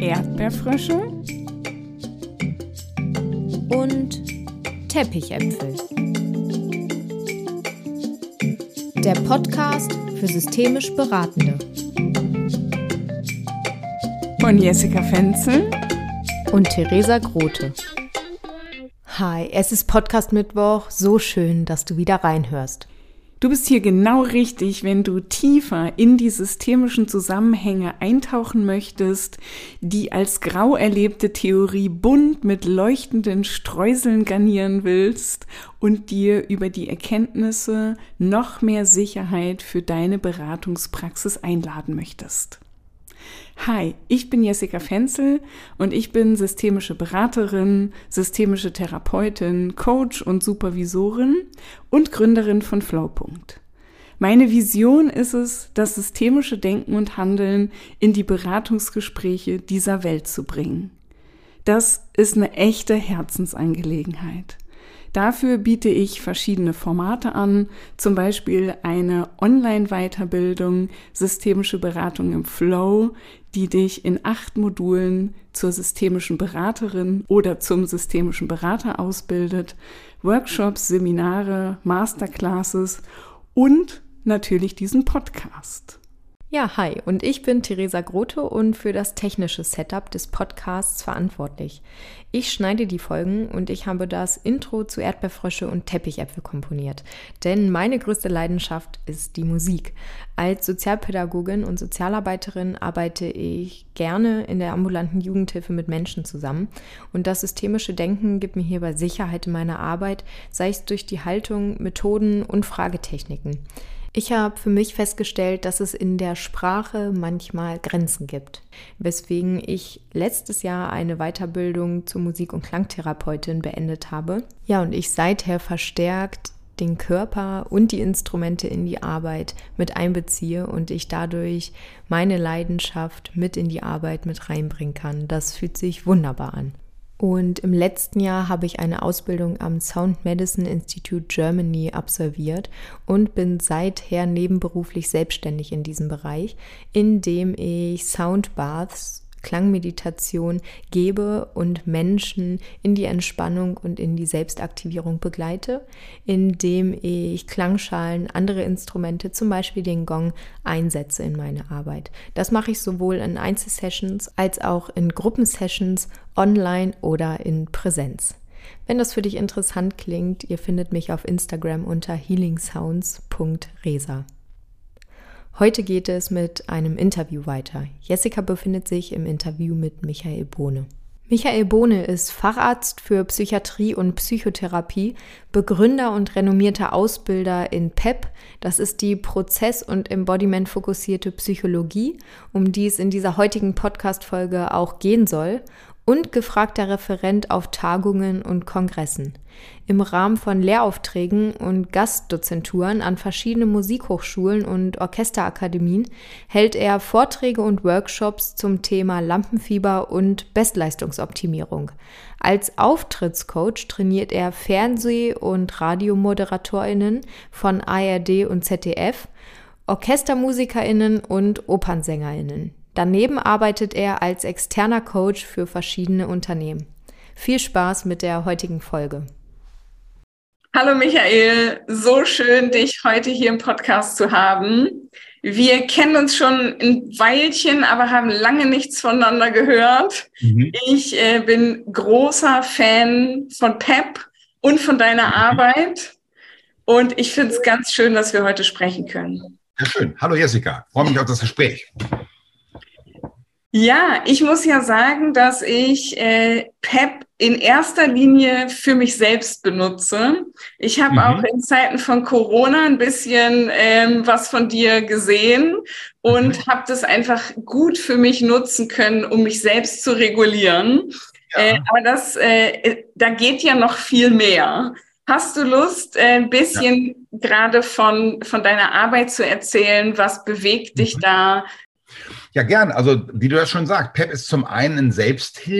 Erdbeerfrösche und Teppichäpfel. Der Podcast für systemisch Beratende. Von Jessica Fenzel und Theresa Grote. Hi, es ist Podcast-Mittwoch. So schön, dass du wieder reinhörst. Du bist hier genau richtig, wenn du tiefer in die systemischen Zusammenhänge eintauchen möchtest, die als grau erlebte Theorie bunt mit leuchtenden Streuseln garnieren willst und dir über die Erkenntnisse noch mehr Sicherheit für deine Beratungspraxis einladen möchtest. Hi, ich bin Jessica Fenzel und ich bin systemische Beraterin, systemische Therapeutin, Coach und Supervisorin und Gründerin von Flowpunkt. Meine Vision ist es, das systemische Denken und Handeln in die Beratungsgespräche dieser Welt zu bringen. Das ist eine echte Herzensangelegenheit. Dafür biete ich verschiedene Formate an, zum Beispiel eine Online-Weiterbildung Systemische Beratung im Flow, die dich in 8 Modulen zur systemischen Beraterin oder zum systemischen Berater ausbildet, Workshops, Seminare, Masterclasses und natürlich diesen Podcast. Ja, hi, und ich bin Theresa Grote und für das technische Setup des Podcasts verantwortlich. Ich schneide die Folgen und ich habe das Intro zu Erdbeerfrösche und Teppichäpfel komponiert, denn meine größte Leidenschaft ist die Musik. Als Sozialpädagogin und Sozialarbeiterin arbeite ich gerne in der ambulanten Jugendhilfe mit Menschen zusammen und das systemische Denken gibt mir hierbei Sicherheit in meiner Arbeit, sei es durch die Haltung, Methoden und Fragetechniken. Ich habe für mich festgestellt, dass es in der Sprache manchmal Grenzen gibt, weswegen ich letztes Jahr eine Weiterbildung zur Musik- und Klangtherapeutin beendet habe. Ja, und ich seither verstärkt den Körper und die Instrumente in die Arbeit mit einbeziehe und ich dadurch meine Leidenschaft mit in die Arbeit mit reinbringen kann. Das fühlt sich wunderbar an. Und im letzten Jahr habe ich eine Ausbildung am Sound Medicine Institute Germany absolviert und bin seither nebenberuflich selbstständig in diesem Bereich, indem ich Soundbaths, Klangmeditation gebe und Menschen in die Entspannung und in die Selbstaktivierung begleite, indem ich Klangschalen, andere Instrumente, zum Beispiel den Gong, einsetze in meine Arbeit. Das mache ich sowohl in Einzelsessions als auch in Gruppensessions, online oder in Präsenz. Wenn das für dich interessant klingt, ihr findet mich auf Instagram unter healingsounds.resa. Heute geht es mit einem Interview weiter. Jessica befindet sich im Interview mit Michael Bohne. Michael Bohne ist Facharzt für Psychiatrie und Psychotherapie, Begründer und renommierter Ausbilder in PEP. Das ist die Prozess- und Embodiment-fokussierte Psychologie, um die es in dieser heutigen Podcast-Folge auch gehen soll, und gefragter Referent auf Tagungen und Kongressen. Im Rahmen von Lehraufträgen und Gastdozenturen an verschiedenen Musikhochschulen und Orchesterakademien hält er Vorträge und Workshops zum Thema Lampenfieber und Bestleistungsoptimierung. Als Auftrittscoach trainiert er Fernseh- und RadiomoderatorInnen von ARD und ZDF, OrchestermusikerInnen und OpernSängerInnen. Daneben arbeitet er als externer Coach für verschiedene Unternehmen. Viel Spaß mit der heutigen Folge. Hallo Michael, so schön, dich heute hier im Podcast zu haben. Wir kennen uns schon ein Weilchen, aber haben lange nichts voneinander gehört. Ich bin großer Fan von PEP und von deiner Arbeit und ich finde es ganz schön, dass wir heute sprechen können. Ja, schön. Hallo Jessica, freue mich auf das Gespräch. Ja, ich muss ja sagen, dass ich PEP in erster Linie für mich selbst benutze. Ich habe auch in Zeiten von Corona ein bisschen was von dir gesehen und habe das einfach gut für mich nutzen können, um mich selbst zu regulieren. Ja. Aber da geht ja noch viel mehr. Hast du Lust, ein bisschen gerade von deiner Arbeit zu erzählen? Was bewegt dich da? Ja, gern. Also, wie du das schon sagst, PEP ist zum einen ein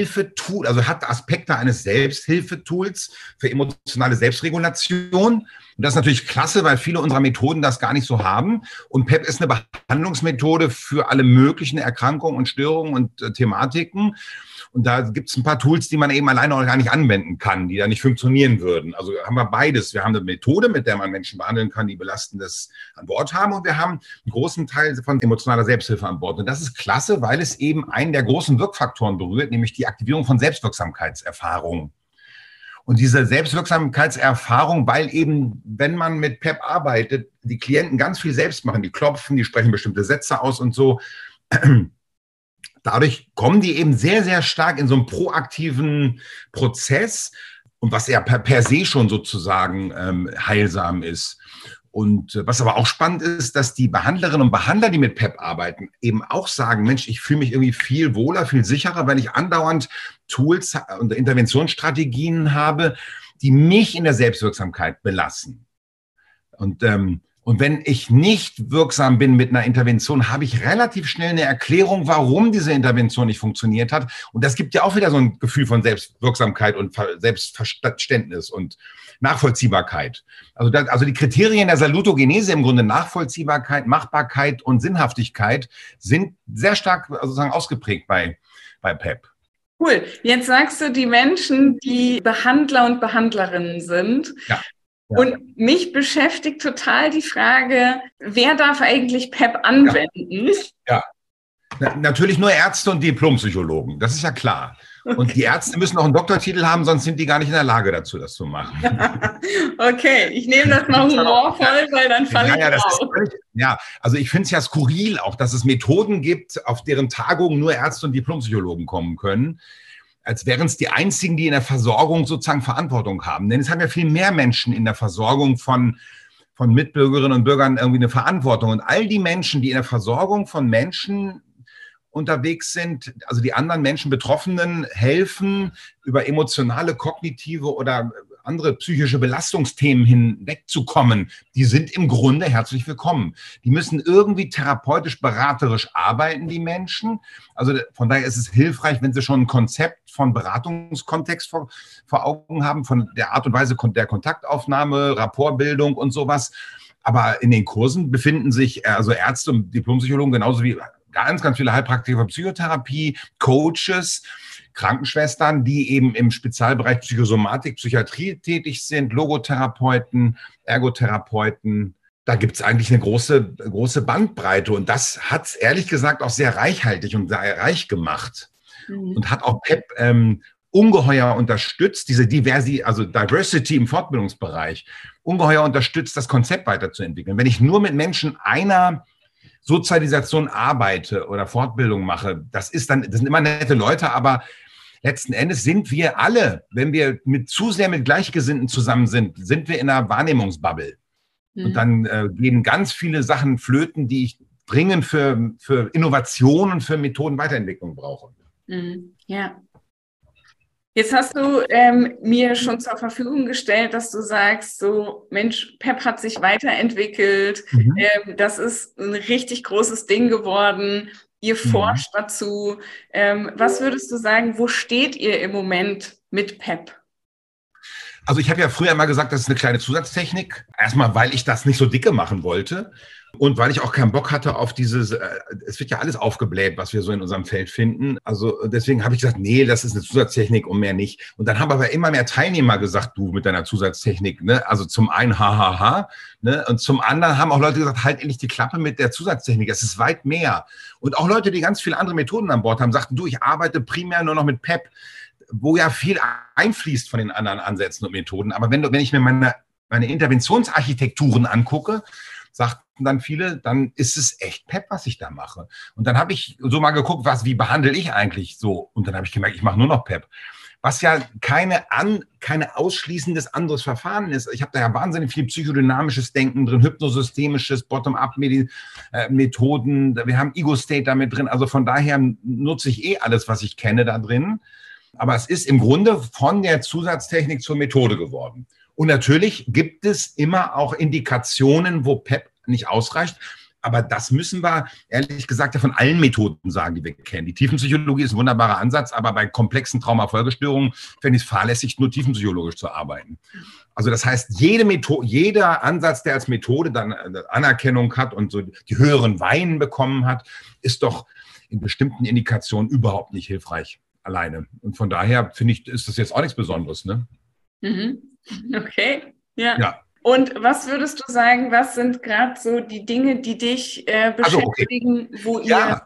Selbsthilfetool, also hat Aspekte eines Selbsthilfetools für emotionale Selbstregulation. Und das ist natürlich klasse, weil viele unserer Methoden das gar nicht so haben. Und PEP ist eine Behandlungsmethode für alle möglichen Erkrankungen und Störungen und Thematiken. Und da gibt es ein paar Tools, die man eben alleine auch gar nicht anwenden kann, die da nicht funktionieren würden. Also haben wir beides. Wir haben eine Methode, mit der man Menschen behandeln kann, die Belastendes an Bord haben. Und wir haben einen großen Teil von emotionaler Selbsthilfe an Bord. Und das ist klasse, weil es eben einen der großen Wirkfaktoren berührt, nämlich die Aktivierung von Selbstwirksamkeitserfahrungen. Und diese Selbstwirksamkeitserfahrung, weil eben, wenn man mit PEP arbeitet, die Klienten ganz viel selbst machen, die klopfen, die sprechen bestimmte Sätze aus und so. Dadurch kommen die eben sehr, sehr stark in so einen proaktiven Prozess und was ja per se schon sozusagen heilsam ist. Und was aber auch spannend ist, dass die Behandlerinnen und Behandler, die mit PEP arbeiten, eben auch sagen, Mensch, ich fühle mich irgendwie viel wohler, viel sicherer, weil ich andauernd Tools und Interventionsstrategien habe, die mich in der Selbstwirksamkeit belassen. Und wenn ich nicht wirksam bin mit einer Intervention, habe ich relativ schnell eine Erklärung, warum diese Intervention nicht funktioniert hat. Und das gibt ja auch wieder so ein Gefühl von Selbstwirksamkeit und Selbstverständnis und Nachvollziehbarkeit. Also die Kriterien der Salutogenese im Grunde Nachvollziehbarkeit, Machbarkeit und Sinnhaftigkeit sind sehr stark sozusagen ausgeprägt bei PEP. Cool. Jetzt sagst du, die Menschen, die Behandler und Behandlerinnen sind. Ja. Und mich beschäftigt total die Frage, wer darf eigentlich PEP anwenden? Ja. Natürlich nur Ärzte und Diplompsychologen, das ist ja klar. Okay. Und die Ärzte müssen auch einen Doktortitel haben, sonst sind die gar nicht in der Lage dazu, das zu machen. Okay, ich nehme das mal humorvoll, weil dann falle ich auf. Ja, also ich finde es ja skurril auch, dass es Methoden gibt, auf deren Tagungen nur Ärzte und Diplompsychologen kommen können, als wären es die einzigen, die in der Versorgung sozusagen Verantwortung haben. Denn es haben ja viel mehr Menschen in der Versorgung von Mitbürgerinnen und Bürgern irgendwie eine Verantwortung. Und all die Menschen, die in der Versorgung von Menschen unterwegs sind, also die anderen Menschen, Betroffenen, helfen, über emotionale, kognitive oder andere psychische Belastungsthemen hinwegzukommen, die sind im Grunde herzlich willkommen. Die müssen irgendwie therapeutisch, beraterisch arbeiten, die Menschen. Also von daher ist es hilfreich, wenn sie schon ein Konzept von Beratungskontext vor Augen haben, von der Art und Weise der Kontaktaufnahme, Rapportbildung und sowas. Aber in den Kursen befinden sich also Ärzte und Diplompsychologen genauso wie ganz, ganz viele Heilpraktiker für Psychotherapie, Coaches, Krankenschwestern, die eben im Spezialbereich Psychosomatik, Psychiatrie tätig sind, Logotherapeuten, Ergotherapeuten. Da gibt es eigentlich eine große Bandbreite. Und das hat es ehrlich gesagt auch sehr reichhaltig und sehr reich gemacht. Und hat auch PEP ungeheuer unterstützt, diese Diversity im Fortbildungsbereich, ungeheuer unterstützt, das Konzept weiterzuentwickeln. Wenn ich nur mit Menschen einer Sozialisation arbeite oder Fortbildung mache, das sind immer nette Leute, aber letzten Endes sind wir alle, wenn wir zu sehr mit Gleichgesinnten zusammen sind wir in einer Wahrnehmungsbubble. Und dann gehen ganz viele Sachen flöten, die ich dringend für Innovationen, für Methodenweiterentwicklung brauche. Ja. Jetzt hast du mir schon zur Verfügung gestellt, dass du sagst, so Mensch, PEP hat sich weiterentwickelt, das ist ein richtig großes Ding geworden, ihr forscht dazu. Was würdest du sagen, wo steht ihr im Moment mit PEP? Also ich habe ja früher immer gesagt, das ist eine kleine Zusatztechnik. Erstmal, weil ich das nicht so dicke machen wollte. Und weil ich auch keinen Bock hatte auf es wird ja alles aufgebläht, was wir so in unserem Feld finden. Also deswegen habe ich gesagt, nee, das ist eine Zusatztechnik und mehr nicht. Und dann haben aber immer mehr Teilnehmer gesagt, du mit deiner Zusatztechnik, ne? Also zum einen, ne? Und zum anderen haben auch Leute gesagt, halt endlich die Klappe mit der Zusatztechnik. Es ist weit mehr. Und auch Leute, die ganz viele andere Methoden an Bord haben, sagten, du, ich arbeite primär nur noch mit PEP, wo ja viel einfließt von den anderen Ansätzen und Methoden. Aber wenn ich mir meine Interventionsarchitekturen angucke, sagten dann viele, dann ist es echt PEP, was ich da mache. Und dann habe ich so mal geguckt, wie behandle ich eigentlich so? Und dann habe ich gemerkt, ich mache nur noch PEP. Was ja keine ausschließendes anderes Verfahren ist. Ich habe da ja wahnsinnig viel psychodynamisches Denken drin, hypnosystemisches, Bottom-up-Methoden. Wir haben Ego-State da mit drin. Also von daher nutze ich alles, was ich kenne da drin. Aber es ist im Grunde von der Zusatztechnik zur Methode geworden. Und natürlich gibt es immer auch Indikationen, wo PEP nicht ausreicht. Aber das müssen wir, ehrlich gesagt, ja von allen Methoden sagen, die wir kennen. Die Tiefenpsychologie ist ein wunderbarer Ansatz, aber bei komplexen Traumafolgestörungen fände ich es fahrlässig, nur tiefenpsychologisch zu arbeiten. Also das heißt, jeder Ansatz, der als Methode dann Anerkennung hat und so die höheren Weihen bekommen hat, ist doch in bestimmten Indikationen überhaupt nicht hilfreich alleine. Und von daher finde ich, ist das jetzt auch nichts Besonderes, ne? Okay, ja. Ja. Und was würdest du sagen, was sind gerade so die Dinge, die dich beschäftigen, wo ihr...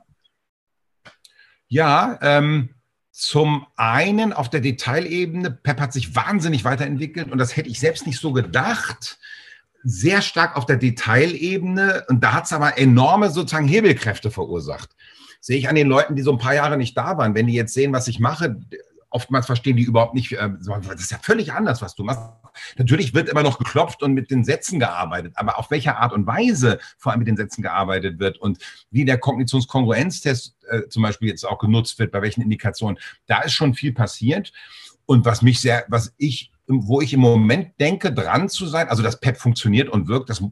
Zum einen auf der Detailebene, PEP hat sich wahnsinnig weiterentwickelt und das hätte ich selbst nicht so gedacht. Sehr stark auf der Detailebene und da hat es aber enorme sozusagen Hebelkräfte verursacht. Sehe ich an den Leuten, die so ein paar Jahre nicht da waren, wenn die jetzt sehen, was ich mache, oftmals verstehen die überhaupt nicht, das ist ja völlig anders, was du machst. Natürlich wird immer noch geklopft und mit den Sätzen gearbeitet, aber auf welche Art und Weise vor allem mit den Sätzen gearbeitet wird und wie der Kognitionskongruenztest zum Beispiel jetzt auch genutzt wird, bei welchen Indikationen, da ist schon viel passiert. Und wo ich im Moment denke, dran zu sein, also dass PEP funktioniert und wirkt, das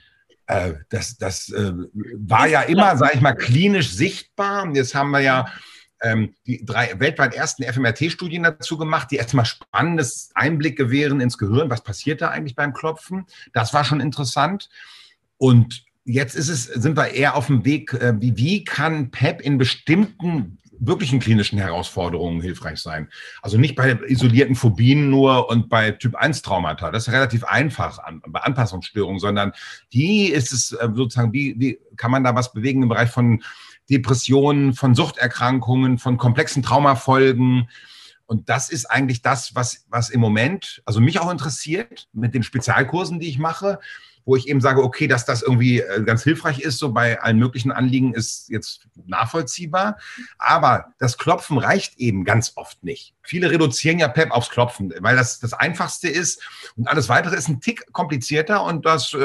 war ja immer, sage ich mal, klinisch sichtbar. Und jetzt haben wir ja die 3 weltweit ersten FMRT-Studien dazu gemacht, die erstmal spannendes Einblick gewähren ins Gehirn. Was passiert da eigentlich beim Klopfen? Das war schon interessant. Und jetzt sind wir eher auf dem Weg, wie kann PEP in bestimmten wirklichen klinischen Herausforderungen hilfreich sein. Also nicht bei isolierten Phobien nur und bei Typ-1-Traumata. Das ist relativ einfach bei Anpassungsstörungen, sondern wie ist es sozusagen, wie kann man da was bewegen im Bereich von Depressionen, von Suchterkrankungen, von komplexen Traumafolgen. Und das ist eigentlich das, was im Moment, also mich auch interessiert mit den Spezialkursen, die ich mache, wo ich eben sage, okay, dass das irgendwie ganz hilfreich ist, so bei allen möglichen Anliegen ist jetzt nachvollziehbar. Aber das Klopfen reicht eben ganz oft nicht. Viele reduzieren ja PEP aufs Klopfen, weil das das Einfachste ist und alles Weitere ist ein Tick komplizierter und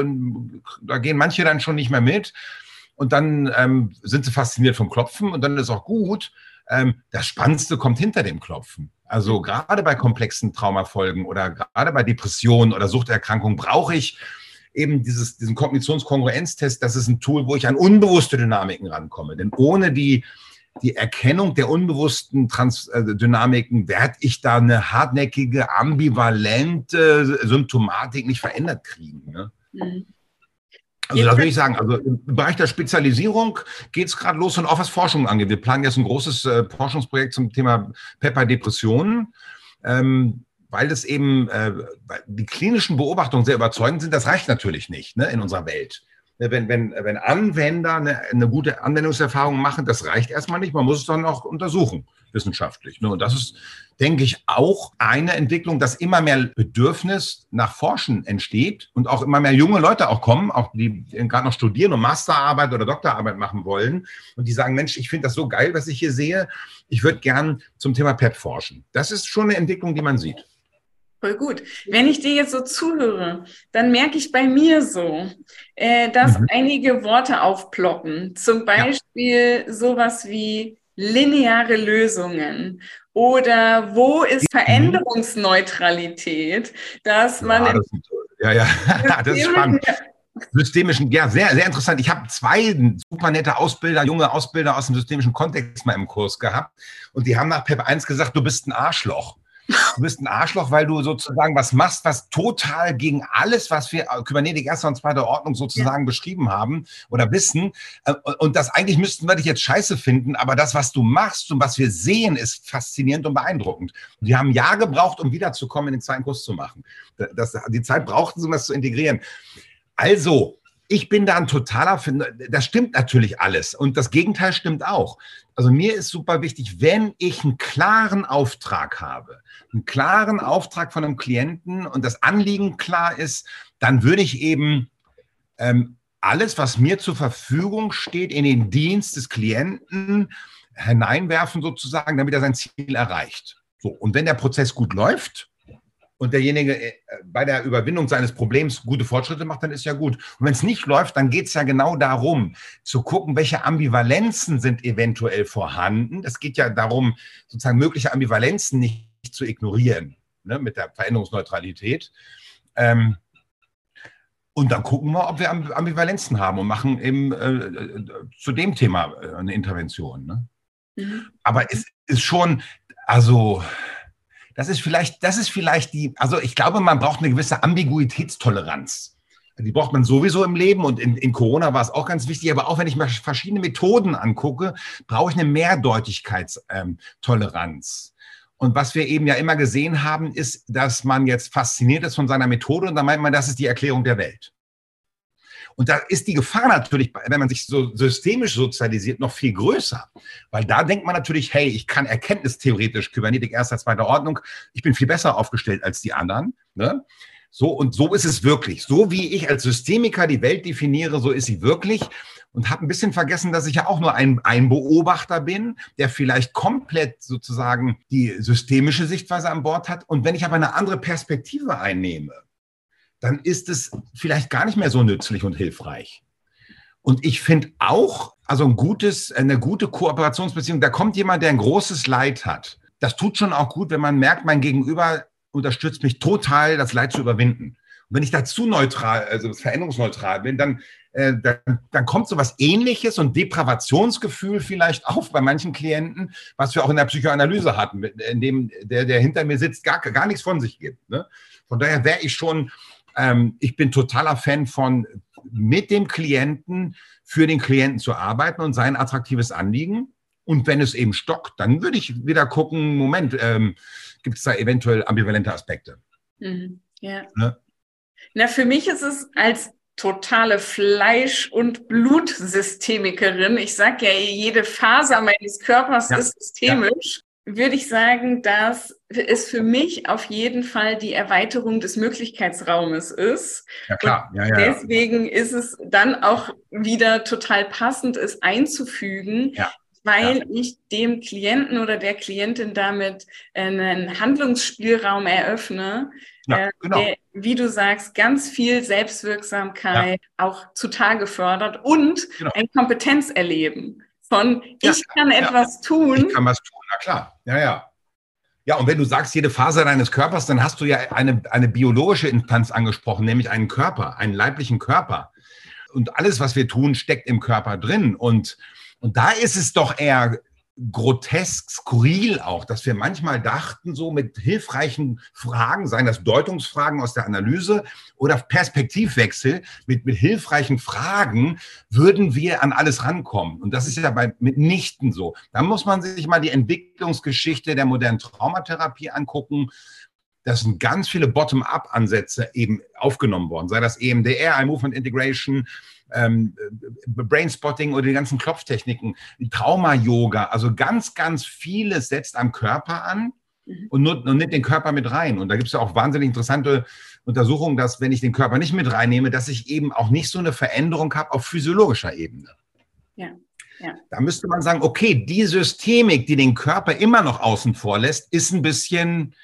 da gehen manche dann schon nicht mehr mit. Und dann sind sie fasziniert vom Klopfen und dann ist auch gut. Das Spannendste kommt hinter dem Klopfen. Also gerade bei komplexen Traumafolgen oder gerade bei Depressionen oder Suchterkrankungen brauche ich eben diesen Kognitionskongruenztest. Das ist ein Tool, wo ich an unbewusste Dynamiken rankomme. Denn ohne die Erkennung der unbewussten Dynamiken werde ich da eine hartnäckige, ambivalente Symptomatik nicht verändert kriegen. Ne? Mhm. Also das würde ich sagen, also im Bereich der Spezialisierung geht es gerade los und auch was Forschung angeht. Wir planen jetzt ein großes Forschungsprojekt zum Thema PEP bei Depressionen, weil es eben die klinischen Beobachtungen sehr überzeugend sind. Das reicht natürlich nicht, ne, in unserer Welt. Wenn Anwender eine gute Anwendungserfahrung machen, das reicht erstmal nicht. Man muss es dann auch untersuchen, wissenschaftlich. Und das ist, denke ich, auch eine Entwicklung, dass immer mehr Bedürfnis nach Forschen entsteht und auch immer mehr junge Leute auch kommen, auch die gerade noch studieren und Masterarbeit oder Doktorarbeit machen wollen. Und die sagen, Mensch, ich finde das so geil, was ich hier sehe. Ich würde gern zum Thema PEP forschen. Das ist schon eine Entwicklung, die man sieht. Voll gut. Wenn ich dir jetzt so zuhöre, dann merke ich bei mir so, dass einige Worte aufploppen. Zum Beispiel sowas wie lineare Lösungen oder wo ist Veränderungsneutralität, dass man... Das ist spannend. Systemischen, ja, sehr, sehr interessant. Ich habe 2 super nette Ausbilder, junge Ausbilder aus dem systemischen Kontext mal im Kurs gehabt und die haben nach PEP 1 gesagt, du bist ein Arschloch. Du bist ein Arschloch, weil du sozusagen was machst, was total gegen alles, was wir Kybernetik erster und zweiter Ordnung sozusagen beschrieben haben oder wissen. Und das eigentlich müssten wir dich jetzt scheiße finden, aber das, was du machst und was wir sehen, ist faszinierend und beeindruckend. Und die haben ein Jahr gebraucht, um wiederzukommen, in den 2. Kurs zu machen. Die Zeit brauchten sie, um das zu integrieren. Also, ich bin da ein totaler, das stimmt natürlich alles und das Gegenteil stimmt auch. Also mir ist super wichtig, wenn ich einen klaren Auftrag habe, einen klaren Auftrag von einem Klienten und das Anliegen klar ist, dann würde ich eben alles, was mir zur Verfügung steht, in den Dienst des Klienten hineinwerfen sozusagen, damit er sein Ziel erreicht. So, und wenn der Prozess gut läuft, und derjenige bei der Überwindung seines Problems gute Fortschritte macht, dann ist ja gut. Und wenn es nicht läuft, dann geht es ja genau darum, zu gucken, welche Ambivalenzen sind eventuell vorhanden. Es geht ja darum, sozusagen mögliche Ambivalenzen nicht zu ignorieren, ne, mit der Veränderungsneutralität. Und dann gucken wir, ob wir Ambivalenzen haben und machen eben zu dem Thema eine Intervention. Ne? Aber es ist schon, also das ist vielleicht also ich glaube, man braucht eine gewisse Ambiguitätstoleranz. Die braucht man sowieso im Leben und in Corona war es auch ganz wichtig, aber auch wenn ich mir verschiedene Methoden angucke, brauche ich eine Mehrdeutigkeitstoleranz. Und was wir eben ja immer gesehen haben, ist, dass man jetzt fasziniert ist von seiner Methode und dann meint man, das ist die Erklärung der Welt. Und da ist die Gefahr natürlich, wenn man sich so systemisch sozialisiert, noch viel größer. Weil da denkt man natürlich, hey, ich kann erkenntnistheoretisch Kybernetik erster, zweiter Ordnung, ich bin viel besser aufgestellt als die anderen. Ne? So, und so ist es wirklich. So wie ich als Systemiker die Welt definiere, so ist sie wirklich. Und habe ein bisschen vergessen, dass ich ja auch nur ein Beobachter bin, der vielleicht komplett sozusagen die systemische Sichtweise an Bord hat. Und wenn ich aber eine andere Perspektive einnehme, dann ist es vielleicht gar nicht mehr so nützlich und hilfreich. Und ich finde auch, also eine gute Kooperationsbeziehung, da kommt jemand, der ein großes Leid hat. Das tut schon auch gut, wenn man merkt, mein Gegenüber unterstützt mich total, das Leid zu überwinden. Und wenn ich da zu neutral, also veränderungsneutral bin, dann kommt so was Ähnliches und Depravationsgefühl vielleicht auf bei manchen Klienten, was wir auch in der Psychoanalyse hatten, in dem der hinter mir sitzt, gar nichts von sich gibt. Ne? Von daher wäre ich schon, ich bin totaler Fan von, mit dem Klienten, für den Klienten zu arbeiten und sein attraktives Anliegen. Und wenn es eben stockt, dann würde ich wieder gucken, Moment, gibt es da eventuell ambivalente Aspekte? Ja. Ne? Na, für mich ist es als totale Fleisch- und Blutsystemikerin, ich sage ja, jede Faser meines Körpers ist systemisch, würde ich sagen, dass es für mich auf jeden Fall die Erweiterung des Möglichkeitsraumes ist. Ja, klar. Und deswegen ist es dann auch wieder total passend, es einzufügen, weil ich dem Klienten oder der Klientin damit einen Handlungsspielraum eröffne, der, wie du sagst, ganz viel Selbstwirksamkeit auch zutage fördert und ein Kompetenzerleben von, ich kann etwas tun. Ich kann was tun, na klar. Ja, und wenn du sagst, jede Faser deines Körpers, dann hast du ja eine biologische Instanz angesprochen, nämlich einen Körper, einen leiblichen Körper. Und alles, was wir tun, steckt im Körper drin. Und da ist es doch eher grotesk, skurril auch, dass wir manchmal dachten, so mit hilfreichen Fragen, seien das Deutungsfragen aus der Analyse oder Perspektivwechsel, mit hilfreichen Fragen würden wir an alles rankommen. Und das ist ja mitnichten so. Da muss man sich mal die Entwicklungsgeschichte der modernen Traumatherapie angucken. Da sind ganz viele Bottom-up-Ansätze eben aufgenommen worden, sei das EMDR, Eye Movement Integration, Brainspotting oder die ganzen Klopftechniken, Trauma-Yoga, also ganz, ganz vieles setzt am Körper an und nimmt den Körper mit rein. Und da gibt es ja auch wahnsinnig interessante Untersuchungen, dass wenn ich den Körper nicht mit reinnehme, dass ich eben auch nicht so eine Veränderung habe auf physiologischer Ebene. Ja. Da müsste man sagen, okay, die Systemik, die den Körper immer noch außen vor lässt, ist ein bisschen,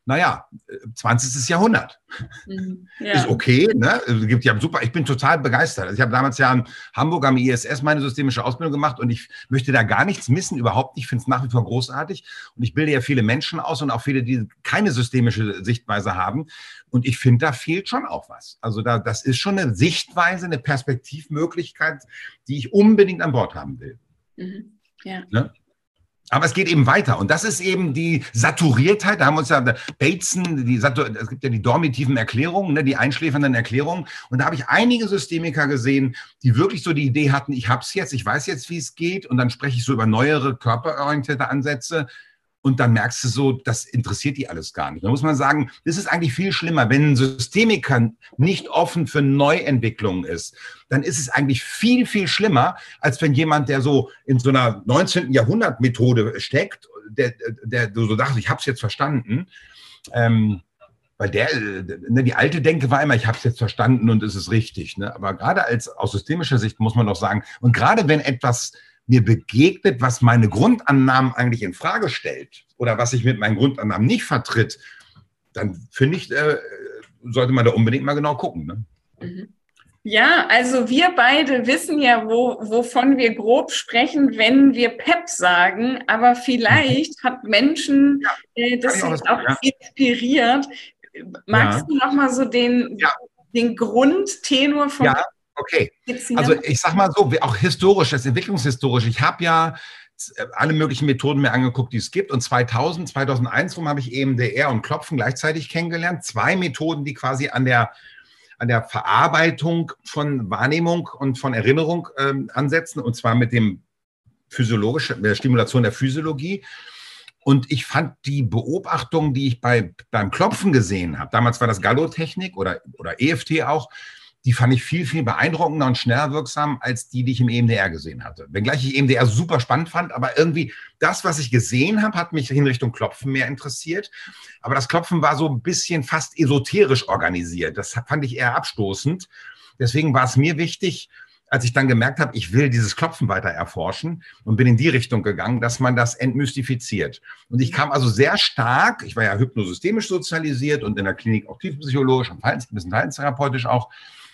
20. Jahrhundert. Ist okay, ne? Super, ich bin total begeistert. Also ich habe damals ja in Hamburg am ISS meine systemische Ausbildung gemacht und ich möchte da gar nichts missen, überhaupt nicht. Ich finde es nach wie vor großartig und ich bilde ja viele Menschen aus und auch viele, die keine systemische Sichtweise haben und ich finde, da fehlt schon auch was. Also das ist schon eine Sichtweise, eine Perspektivmöglichkeit, die ich unbedingt an Bord haben will. Ne? Aber es geht eben weiter. Und das ist eben die Saturiertheit. Da haben wir uns ja Bateson, es gibt ja die dormitiven Erklärungen, ne, die einschläfernden Erklärungen. Und da habe ich einige Systemiker gesehen, die wirklich so die Idee hatten, ich habe es jetzt, ich weiß jetzt, wie es geht. Und dann spreche ich so über neuere körperorientierte Ansätze. Und dann merkst du so, das interessiert die alles gar nicht. Da muss man sagen, das ist eigentlich viel schlimmer. Wenn ein Systemiker nicht offen für Neuentwicklungen ist, dann ist es eigentlich viel, viel schlimmer, als wenn jemand, der so in so einer 19. Jahrhundert-Methode steckt, der so dachte, ich habe es jetzt verstanden, weil die alte Denke war immer, ich habe es jetzt verstanden und es ist richtig. Ne? Aber gerade aus systemischer Sicht muss man doch sagen, und gerade wenn etwas mir begegnet, was meine Grundannahmen eigentlich in Frage stellt oder was sich mit meinen Grundannahmen nicht vertritt, dann finde ich, sollte man da unbedingt mal genau gucken. Ne? Ja, also wir beide wissen ja, wovon wir grob sprechen, wenn wir PEP sagen, aber vielleicht hat Menschen das auch inspiriert. Magst du noch mal so den Grundtenor von Ja, okay. Also ich sag mal so, auch historisch, das entwicklungshistorisch. Ich habe ja alle möglichen Methoden mir angeguckt, die es gibt. Und 2001 rum habe ich EMDR und Klopfen gleichzeitig kennengelernt. 2 Methoden, die quasi an der Verarbeitung von Wahrnehmung und von Erinnerung ansetzen. Und zwar mit der Stimulation der Physiologie. Und ich fand die Beobachtung, die ich beim Klopfen gesehen habe, damals war das Gallo-Technik oder EFT auch, die fand ich viel, viel beeindruckender und schneller wirksam als die ich im EMDR gesehen hatte. Wenngleich ich EMDR super spannend fand, aber irgendwie das, was ich gesehen habe, hat mich in Richtung Klopfen mehr interessiert. Aber das Klopfen war so ein bisschen fast esoterisch organisiert. Das fand ich eher abstoßend. Deswegen war es mir wichtig, als ich dann gemerkt habe, ich will dieses Klopfen weiter erforschen und bin in die Richtung gegangen, dass man das entmystifiziert. Und ich kam also sehr stark, ich war ja hypnosystemisch sozialisiert und in der Klinik auch tiefenpsychologisch und ein bisschen verhaltenstherapeutisch auch.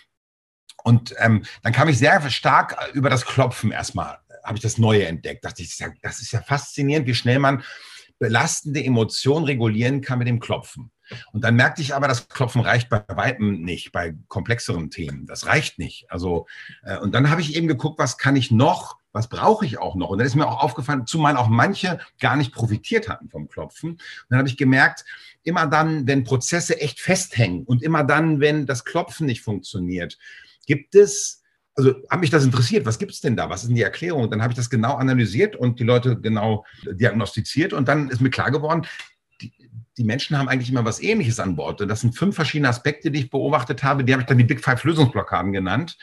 Und dann kam ich sehr stark über das Klopfen erstmal, habe ich das Neue entdeckt. Dachte ich, das ist ja faszinierend, wie schnell man belastende Emotionen regulieren kann mit dem Klopfen. Und dann merkte ich aber, das Klopfen reicht bei weitem nicht, bei komplexeren Themen. Das reicht nicht. Also, und dann habe ich eben geguckt, was kann ich noch, was brauche ich auch noch? Und dann ist mir auch aufgefallen, zumal auch manche gar nicht profitiert hatten vom Klopfen. Und dann habe ich gemerkt, immer dann, wenn Prozesse echt festhängen und immer dann, wenn das Klopfen nicht funktioniert, gibt es, also hat mich das interessiert, was gibt es denn da? Was ist denn die Erklärung? Und dann habe ich das genau analysiert und die Leute genau diagnostiziert. Und dann ist mir klar geworden, die Menschen haben eigentlich immer was Ähnliches an Bord. Und das sind 5 verschiedene Aspekte, die ich beobachtet habe. Die habe ich dann die Big 5 Lösungsblockaden genannt.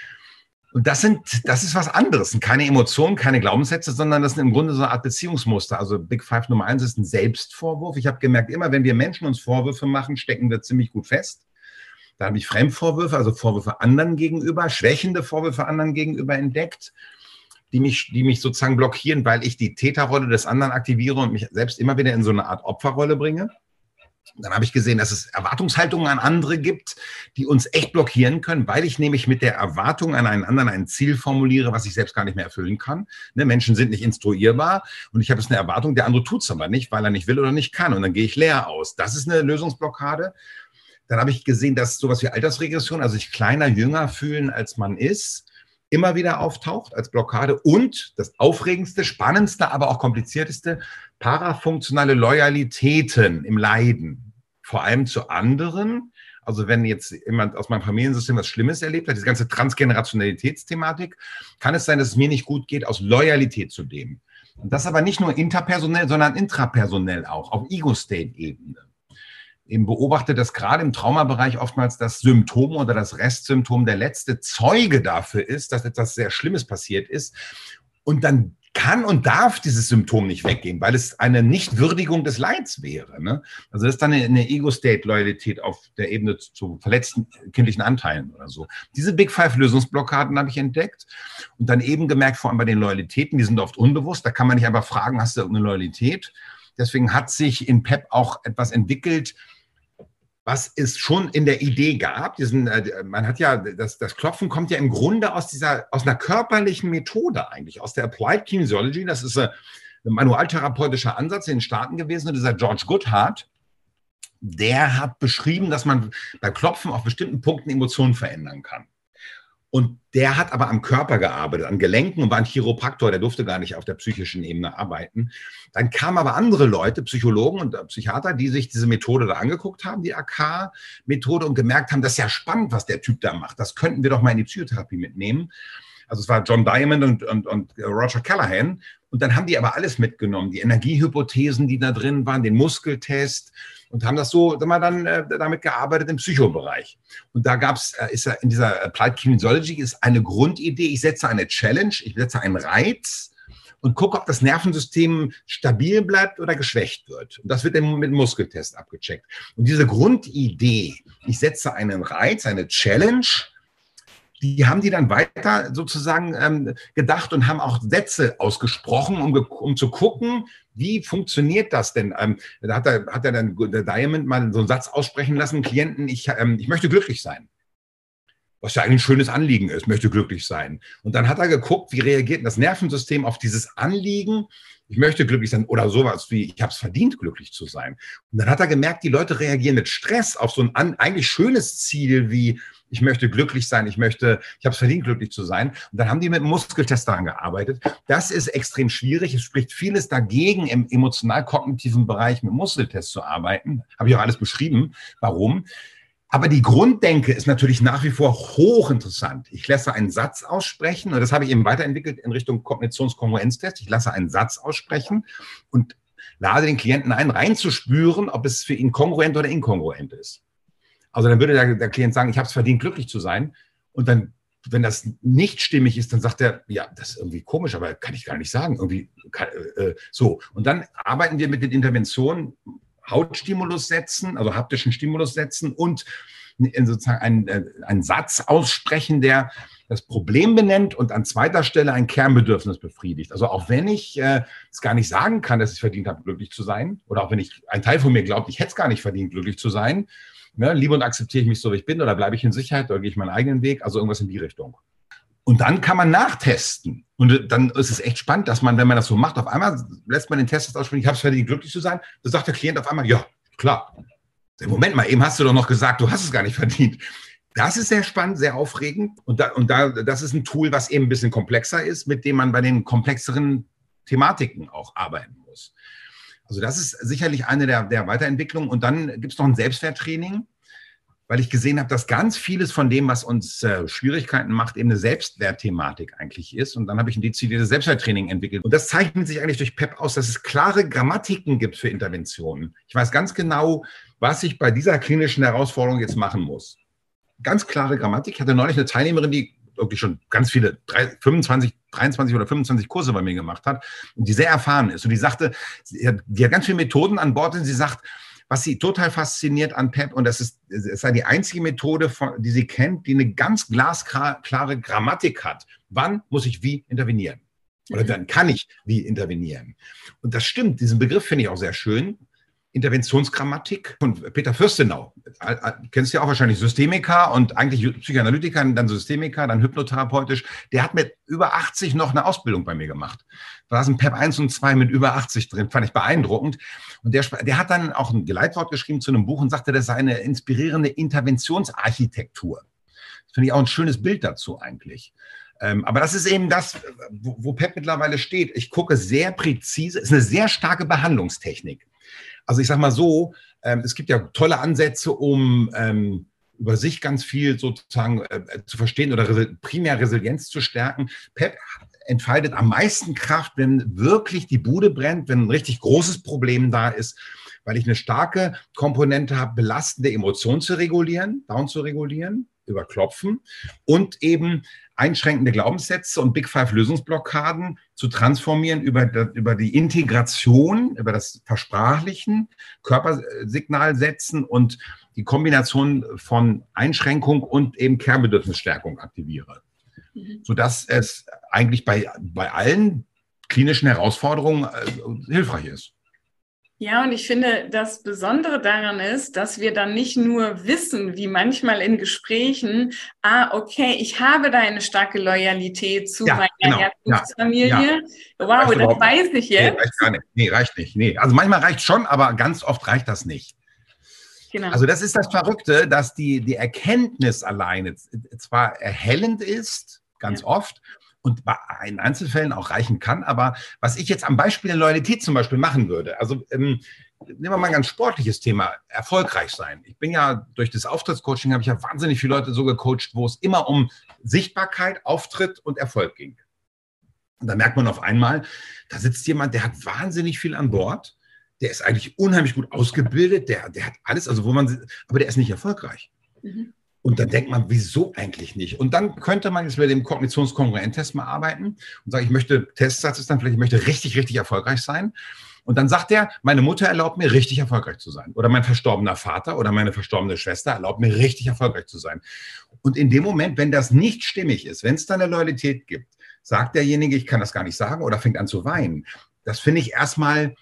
Und das ist was anderes. Das sind keine Emotionen, keine Glaubenssätze, sondern das sind im Grunde so eine Art Beziehungsmuster. Also Big 5 Nummer 1 ist ein Selbstvorwurf. Ich habe gemerkt, immer wenn wir Menschen uns Vorwürfe machen, stecken wir ziemlich gut fest. Da habe ich Fremdvorwürfe, also Vorwürfe anderen gegenüber, schwächende Vorwürfe anderen gegenüber entdeckt, die mich sozusagen blockieren, weil ich die Täterrolle des anderen aktiviere und mich selbst immer wieder in so eine Art Opferrolle bringe. Dann habe ich gesehen, dass es Erwartungshaltungen an andere gibt, die uns echt blockieren können, weil ich nämlich mit der Erwartung an einen anderen ein Ziel formuliere, was ich selbst gar nicht mehr erfüllen kann. Ne, Menschen sind nicht instruierbar und ich habe jetzt eine Erwartung, der andere tut es aber nicht, weil er nicht will oder nicht kann und dann gehe ich leer aus. Das ist eine Lösungsblockade. Dann habe ich gesehen, dass sowas wie Altersregression, also sich kleiner, jünger fühlen, als man ist, immer wieder auftaucht als Blockade. Und das aufregendste, spannendste, aber auch komplizierteste, parafunktionale Loyalitäten im Leiden. Vor allem zu anderen. Also wenn jetzt jemand aus meinem Familiensystem was Schlimmes erlebt hat, diese ganze Transgenerationalitätsthematik, kann es sein, dass es mir nicht gut geht aus Loyalität zu dem. Und das aber nicht nur interpersonell, sondern intrapersonell auch, auf Ego-State-Ebene. Eben beobachtet, dass gerade im Traumabereich oftmals das Symptom oder das Restsymptom der letzte Zeuge dafür ist, dass etwas sehr Schlimmes passiert ist. Und dann kann und darf dieses Symptom nicht weggehen, weil es eine Nichtwürdigung des Leids wäre. Ne? Also das ist dann eine Ego-State-Loyalität auf der Ebene zu verletzten kindlichen Anteilen oder so. Diese Big 5 Lösungsblockaden habe ich entdeckt und dann eben gemerkt, vor allem bei den Loyalitäten, die sind oft unbewusst, da kann man nicht einfach fragen, hast du irgendeine Loyalität? Deswegen hat sich in PEP auch etwas entwickelt, was es schon in der Idee gab. Man hat ja, das Klopfen kommt ja im Grunde aus einer körperlichen Methode eigentlich, aus der Applied Kinesiology. Das ist ein manualtherapeutischer Ansatz in den Staaten gewesen. Und dieser George Goodhart, der hat beschrieben, dass man beim Klopfen auf bestimmten Punkten Emotionen verändern kann. Und der hat aber am Körper gearbeitet, an Gelenken und war ein Chiropraktor, der durfte gar nicht auf der psychischen Ebene arbeiten. Dann kamen aber andere Leute, Psychologen und Psychiater, die sich diese Methode da angeguckt haben, die AK-Methode, und gemerkt haben, das ist ja spannend, was der Typ da macht. Das könnten wir doch mal in die Psychotherapie mitnehmen. Also es war John Diamond und Roger Callahan. Und dann haben die aber alles mitgenommen, die Energiehypothesen, die da drin waren, den Muskeltest, und haben das so dann damit gearbeitet im Psychobereich. Und da ist in dieser Applied Kinesiology ist eine Grundidee, ich setze eine Challenge, ich setze einen Reiz und gucke, ob das Nervensystem stabil bleibt oder geschwächt wird. Und das wird dann mit dem Muskeltest abgecheckt. Und diese Grundidee, ich setze einen Reiz, eine Challenge, die haben die dann weiter sozusagen gedacht und haben auch Sätze ausgesprochen, um zu gucken, wie funktioniert das denn? Da hat er dann der Diamond mal so einen Satz aussprechen lassen, Klienten, ich möchte glücklich sein. Was ja eigentlich ein schönes Anliegen ist, möchte glücklich sein. Und dann hat er geguckt, wie reagiert das Nervensystem auf dieses Anliegen, ich möchte glücklich sein oder sowas wie, ich habe es verdient, glücklich zu sein. Und dann hat er gemerkt, die Leute reagieren mit Stress auf so ein eigentlich schönes Ziel wie, ich möchte glücklich sein, ich habe es verdient, glücklich zu sein. Und dann haben die mit einem Muskeltest daran gearbeitet. Das ist extrem schwierig. Es spricht vieles dagegen, im emotional-kognitiven Bereich mit Muskeltests zu arbeiten. Habe ich auch alles beschrieben. Warum? Aber die Grunddenke ist natürlich nach wie vor hochinteressant. Ich lasse einen Satz aussprechen und das habe ich eben weiterentwickelt in Richtung Kognitionskongruenztest. Ich lasse einen Satz aussprechen und lade den Klienten ein, reinzuspüren, ob es für ihn kongruent oder inkongruent ist. Also dann würde der Klient sagen, ich habe es verdient, glücklich zu sein. Und dann, wenn das nicht stimmig ist, dann sagt er, ja, das ist irgendwie komisch, aber kann ich gar nicht sagen. So. Und dann arbeiten wir mit den Interventionen, Hautstimulus setzen, also haptischen Stimulus setzen und sozusagen einen Satz aussprechen, der das Problem benennt und an zweiter Stelle ein Kernbedürfnis befriedigt. Also auch wenn ich es gar nicht sagen kann, dass ich verdient habe, glücklich zu sein, oder auch wenn ein Teil von mir glaubt, ich hätte es gar nicht verdient, glücklich zu sein, ne, liebe und akzeptiere ich mich so, wie ich bin, oder bleibe ich in Sicherheit, oder gehe ich meinen eigenen Weg, also irgendwas in die Richtung. Und dann kann man nachtesten. Und dann ist es echt spannend, dass man, wenn man das so macht, auf einmal lässt man den Test aussprechen, ich habe es verdient, glücklich zu sein. Da sagt der Klient auf einmal, ja, klar. Moment mal, eben hast du doch noch gesagt, du hast es gar nicht verdient. Das ist sehr spannend, sehr aufregend. Und das ist ein Tool, was eben ein bisschen komplexer ist, mit dem man bei den komplexeren Thematiken auch arbeiten muss. Also das ist sicherlich eine der Weiterentwicklungen. Und dann gibt es noch ein Selbstwerttraining, weil ich gesehen habe, dass ganz vieles von dem, was uns Schwierigkeiten macht, eben eine Selbstwertthematik eigentlich ist. Und dann habe ich ein dezidiertes Selbstwerttraining entwickelt. Und das zeichnet sich eigentlich durch PEP aus, dass es klare Grammatiken gibt für Interventionen. Ich weiß ganz genau, was ich bei dieser klinischen Herausforderung jetzt machen muss. Ganz klare Grammatik. Ich hatte neulich eine Teilnehmerin, die wirklich schon ganz viele, 23 oder 25 Kurse bei mir gemacht hat und die sehr erfahren ist. Und die sagte, die hat ganz viele Methoden an Bord und sie sagt, was sie total fasziniert an PEP, und es sei die einzige Methode, die sie kennt, die eine ganz glasklare Grammatik hat. Wann muss ich wie intervenieren? Oder wann kann ich wie intervenieren? Und das stimmt, diesen Begriff finde ich auch sehr schön. Interventionsgrammatik von Peter Fürstenau. Kennst du ja auch wahrscheinlich, Systemiker und eigentlich Psychoanalytiker, dann Systemiker, dann hypnotherapeutisch. Der hat mit über 80 noch eine Ausbildung bei mir gemacht. Da sind PEP 1 und 2 mit über 80 drin, fand ich beeindruckend. Und der hat dann auch ein Geleitwort geschrieben zu einem Buch und sagte, das sei eine inspirierende Interventionsarchitektur. Das finde ich auch ein schönes Bild dazu eigentlich. Aber das ist eben das, wo PEP mittlerweile steht. Ich gucke sehr präzise, es ist eine sehr starke Behandlungstechnik. Also ich sage mal so, es gibt ja tolle Ansätze, um über sich ganz viel sozusagen zu verstehen oder primär Resilienz zu stärken. PEP entfaltet am meisten Kraft, wenn wirklich die Bude brennt, wenn ein richtig großes Problem da ist, weil ich eine starke Komponente habe, belastende Emotionen zu regulieren, down zu regulieren, über Klopfen und eben einschränkende Glaubenssätze und Big Five Lösungsblockaden zu transformieren über die Integration, über das Versprachlichen, Körpersignal setzen und die Kombination von Einschränkung und eben Kernbedürfnisstärkung aktiviere. Sodass es eigentlich bei allen klinischen Herausforderungen hilfreich ist. Ja, und ich finde, das Besondere daran ist, dass wir dann nicht nur wissen, wie manchmal in Gesprächen, okay, ich habe da eine starke Loyalität zu meiner Herkunftsfamilie. Ja. Wow, das weiß ich jetzt. Nee, reicht gar nicht. Nee, reicht nicht. Nee. Also manchmal reicht schon, aber ganz oft reicht das nicht. Genau. Also das ist das Verrückte, dass die Erkenntnis alleine zwar erhellend ist, ganz oft, und bei in Einzelfällen auch reichen kann. Aber was ich jetzt am Beispiel der Loyalität zum Beispiel machen würde, also nehmen wir mal ein ganz sportliches Thema, erfolgreich sein. Ich bin ja durch das Auftrittscoaching, habe ich ja wahnsinnig viele Leute so gecoacht, wo es immer um Sichtbarkeit, Auftritt und Erfolg ging. Und da merkt man auf einmal, da sitzt jemand, der hat wahnsinnig viel an Bord, der ist eigentlich unheimlich gut ausgebildet, der hat alles, also aber der ist nicht erfolgreich. Mhm. Und dann denkt man, wieso eigentlich nicht? Und dann könnte man jetzt mit dem Kognitionskongruent-Test mal arbeiten und sagen, ich möchte, Testsatz ist dann vielleicht, ich möchte richtig, richtig erfolgreich sein. Und dann sagt er, meine Mutter erlaubt mir, richtig erfolgreich zu sein. Oder mein verstorbener Vater oder meine verstorbene Schwester erlaubt mir, richtig erfolgreich zu sein. Und in dem Moment, wenn das nicht stimmig ist, wenn es da eine Loyalität gibt, sagt derjenige, ich kann das gar nicht sagen oder fängt an zu weinen. Das finde ich erstmal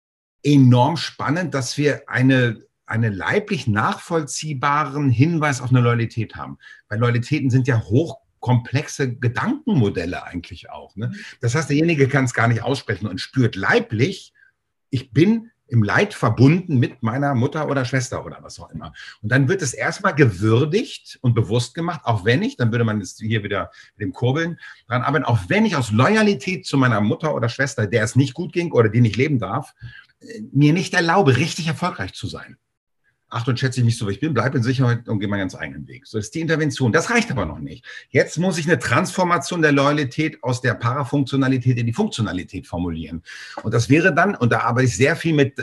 enorm spannend, dass wir einen leiblich nachvollziehbaren Hinweis auf eine Loyalität haben. Weil Loyalitäten sind ja hoch komplexe Gedankenmodelle eigentlich auch. Ne? Das heißt, derjenige kann es gar nicht aussprechen und spürt leiblich, ich bin im Leid verbunden mit meiner Mutter oder Schwester oder was auch immer. Und dann wird es erstmal gewürdigt und bewusst gemacht, auch wenn ich, dann würde man jetzt hier wieder mit dem Kurbeln dran arbeiten, auch wenn ich aus Loyalität zu meiner Mutter oder Schwester, der es nicht gut ging oder die nicht leben darf, mir nicht erlaube, richtig erfolgreich zu sein. Achte und schätze ich mich so, wie ich bin, bleibe in Sicherheit und gehe meinen ganz eigenen Weg. So ist die Intervention. Das reicht aber noch nicht. Jetzt muss ich eine Transformation der Loyalität aus der Parafunktionalität in die Funktionalität formulieren. Und das wäre dann, und da arbeite ich sehr viel mit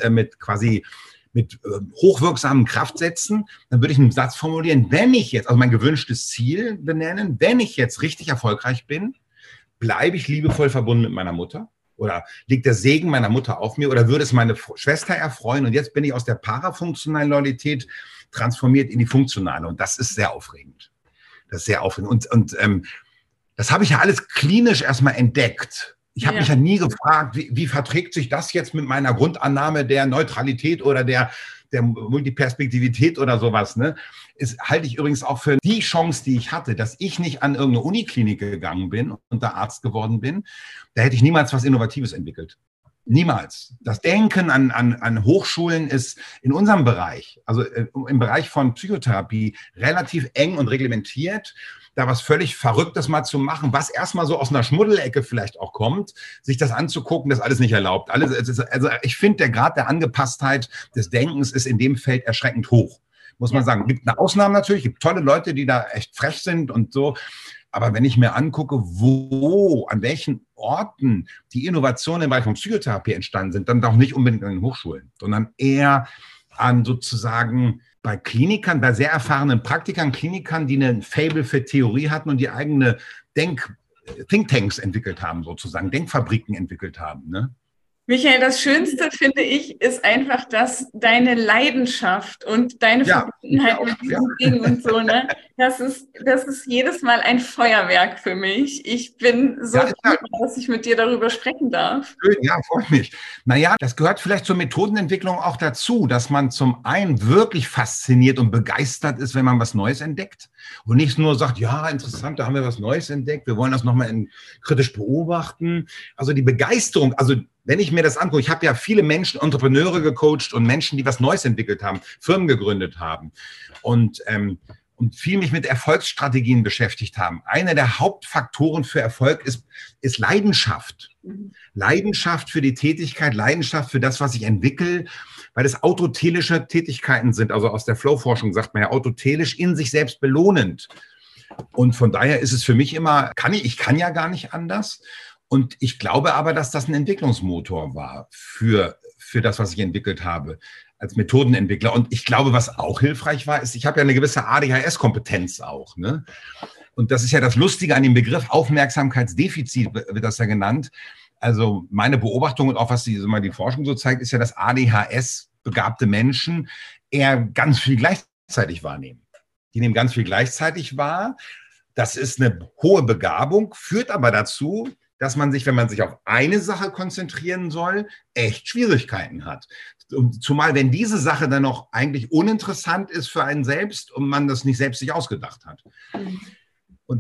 hochwirksamen Kraftsätzen, dann würde ich einen Satz formulieren, wenn ich jetzt, also mein gewünschtes Ziel benennen, wenn ich jetzt richtig erfolgreich bin, bleibe ich liebevoll verbunden mit meiner Mutter. Oder liegt der Segen meiner Mutter auf mir oder würde es meine Schwester erfreuen? Und jetzt bin ich aus der parafunktionalen Loyalität transformiert in die funktionale. Und das ist sehr aufregend. Das ist sehr aufregend. Und das habe ich ja alles klinisch erstmal entdeckt. Ich habe mich ja nie gefragt, wie verträgt sich das jetzt mit meiner Grundannahme der Neutralität oder der Multiperspektivität oder sowas. Ne? Halte ich übrigens auch für die Chance, die ich hatte, dass ich nicht an irgendeine Uniklinik gegangen bin und da Arzt geworden bin. Da hätte ich niemals was Innovatives entwickelt. Niemals. Das Denken an Hochschulen ist in unserem Bereich, also im Bereich von Psychotherapie, relativ eng und reglementiert. Da was völlig Verrücktes mal zu machen, was erstmal so aus einer Schmuddelecke vielleicht auch kommt, sich das anzugucken, das ist alles nicht erlaubt. Also ich finde, der Grad der Angepasstheit des Denkens ist in dem Feld erschreckend hoch, muss man sagen. Gibt eine Ausnahme natürlich, gibt tolle Leute, die da echt frech sind und so. Aber wenn ich mir angucke, an welchen Orten die Innovationen im Bereich von Psychotherapie entstanden sind, dann doch nicht unbedingt an den Hochschulen, sondern eher an sozusagen bei Klinikern, bei sehr erfahrenen Praktikern, Klinikern, die einen Faible für Theorie hatten und die eigene Thinktanks entwickelt haben, sozusagen, Denkfabriken entwickelt haben. Ne? Michael, das Schönste, finde ich, ist einfach, dass deine Leidenschaft und deine Verbundenheit mit diesem Ding und so, ne, das ist jedes Mal ein Feuerwerk für mich. Ich bin so dankbar, dass ich mit dir darüber sprechen darf. Schön, ja, freut mich. Naja, das gehört vielleicht zur Methodenentwicklung auch dazu, dass man zum einen wirklich fasziniert und begeistert ist, wenn man was Neues entdeckt und nicht nur sagt, ja, interessant, da haben wir was Neues entdeckt, wir wollen das nochmal kritisch beobachten. Also die Begeisterung, also wenn ich mir das angucke, ich habe ja viele Menschen, Entrepreneure gecoacht und Menschen, die was Neues entwickelt haben, Firmen gegründet haben und viel mich mit Erfolgsstrategien beschäftigt haben. Einer der Hauptfaktoren für Erfolg ist Leidenschaft. Leidenschaft für die Tätigkeit, Leidenschaft für das, was ich entwickle, weil es autotelische Tätigkeiten sind. Also aus der Flow-Forschung sagt man ja autotelisch, in sich selbst belohnend. Und von daher ist es für mich immer, ich kann ja gar nicht anders. Und ich glaube aber, dass das ein Entwicklungsmotor war für das, was ich entwickelt habe als Methodenentwickler. Und ich glaube, was auch hilfreich war, ist, ich habe ja eine gewisse ADHS-Kompetenz auch. Ne? Und das ist ja das Lustige an dem Begriff Aufmerksamkeitsdefizit, wird das ja genannt. Also meine Beobachtung und auch was die Forschung so zeigt, ist ja, dass ADHS-begabte Menschen eher ganz viel gleichzeitig wahrnehmen. Die nehmen ganz viel gleichzeitig wahr. Das ist eine hohe Begabung, führt aber dazu, dass man sich, wenn man sich auf eine Sache konzentrieren soll, echt Schwierigkeiten hat. Zumal, wenn diese Sache dann noch eigentlich uninteressant ist für einen selbst und man das nicht selbst sich ausgedacht hat. Und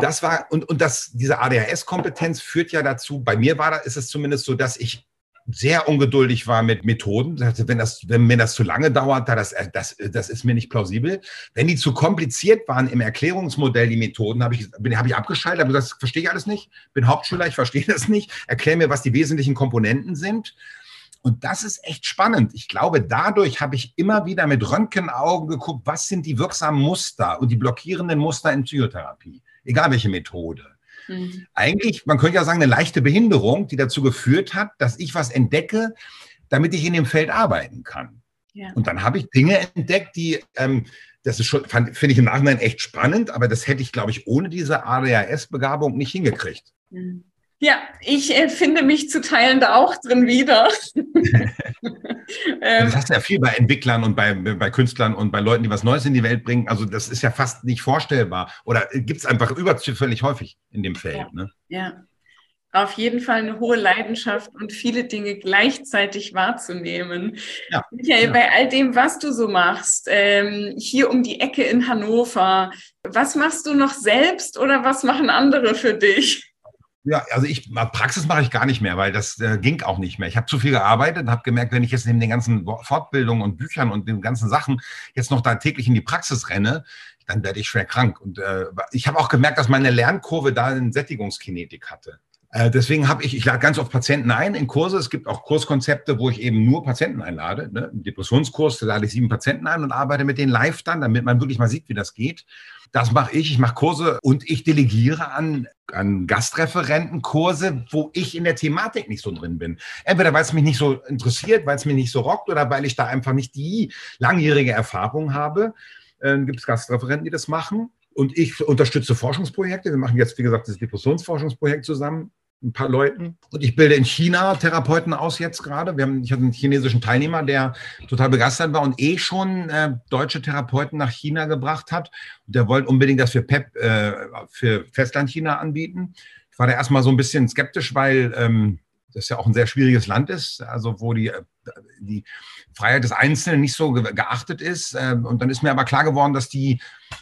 diese ADHS-Kompetenz führt ja dazu, bei mir ist es zumindest so, dass ich sehr ungeduldig war mit Methoden. Wenn mir das zu lange dauert, das ist mir nicht plausibel. Wenn die zu kompliziert waren im Erklärungsmodell, die Methoden, habe ich abgeschaltet, habe gesagt, das verstehe ich alles nicht. Bin Hauptschüler, ich verstehe das nicht. Erklär mir, was die wesentlichen Komponenten sind. Und das ist echt spannend. Ich glaube, dadurch habe ich immer wieder mit Röntgenaugen geguckt, was sind die wirksamen Muster und die blockierenden Muster in Psychotherapie, egal welche Methode. Eigentlich, man könnte ja sagen, eine leichte Behinderung, die dazu geführt hat, dass ich was entdecke, damit ich in dem Feld arbeiten kann. Ja. Und dann habe ich Dinge entdeckt, die, das ist schon, finde ich im Nachhinein echt spannend, aber das hätte ich, glaube ich, ohne diese ADHS-Begabung nicht hingekriegt. Ja, ich finde mich zu Teilen da auch drin wieder. Das hast du ja viel bei Entwicklern und bei Künstlern und bei Leuten, die was Neues in die Welt bringen. Also das ist ja fast nicht vorstellbar. Oder gibt es einfach überzufällig häufig in dem Feld. Ja, ne? Ja. Auf jeden Fall eine hohe Leidenschaft und viele Dinge gleichzeitig wahrzunehmen. Ja, Michael, bei all dem, was du so machst, hier um die Ecke in Hannover, was machst du noch selbst oder was machen andere für dich? Ja, also Praxis mache ich gar nicht mehr, weil das ging auch nicht mehr. Ich habe zu viel gearbeitet und habe gemerkt, wenn ich jetzt neben den ganzen Fortbildungen und Büchern und den ganzen Sachen jetzt noch da täglich in die Praxis renne, dann werde ich schwer krank. Und ich habe auch gemerkt, dass meine Lernkurve da eine Sättigungskinetik hatte. Deswegen ich lade ganz oft Patienten ein in Kurse. Es gibt auch Kurskonzepte, wo ich eben nur Patienten einlade. Ne? Im Depressionskurs, da lade ich 7 Patienten ein und arbeite mit denen live dann, damit man wirklich mal sieht, wie das geht. Das mache ich. Ich mache Kurse und ich delegiere an Gastreferentenkurse, wo ich in der Thematik nicht so drin bin. Entweder weil es mich nicht so interessiert, weil es mich nicht so rockt oder weil ich da einfach nicht die langjährige Erfahrung habe. Gibt es Gastreferenten, die das machen. Und ich unterstütze Forschungsprojekte. Wir machen jetzt, wie gesagt, das Depressionsforschungsprojekt zusammen, ein paar Leuten. Und ich bilde in China Therapeuten aus jetzt gerade. Ich hatte einen chinesischen Teilnehmer, der total begeistert war und schon deutsche Therapeuten nach China gebracht hat. Und der wollte unbedingt, dass wir PEP für Festland-China anbieten. Ich war da erstmal so ein bisschen skeptisch, weil das ja auch ein sehr schwieriges Land ist, also wo die Freiheit des Einzelnen nicht so geachtet ist. Und dann ist mir aber klar geworden, dass die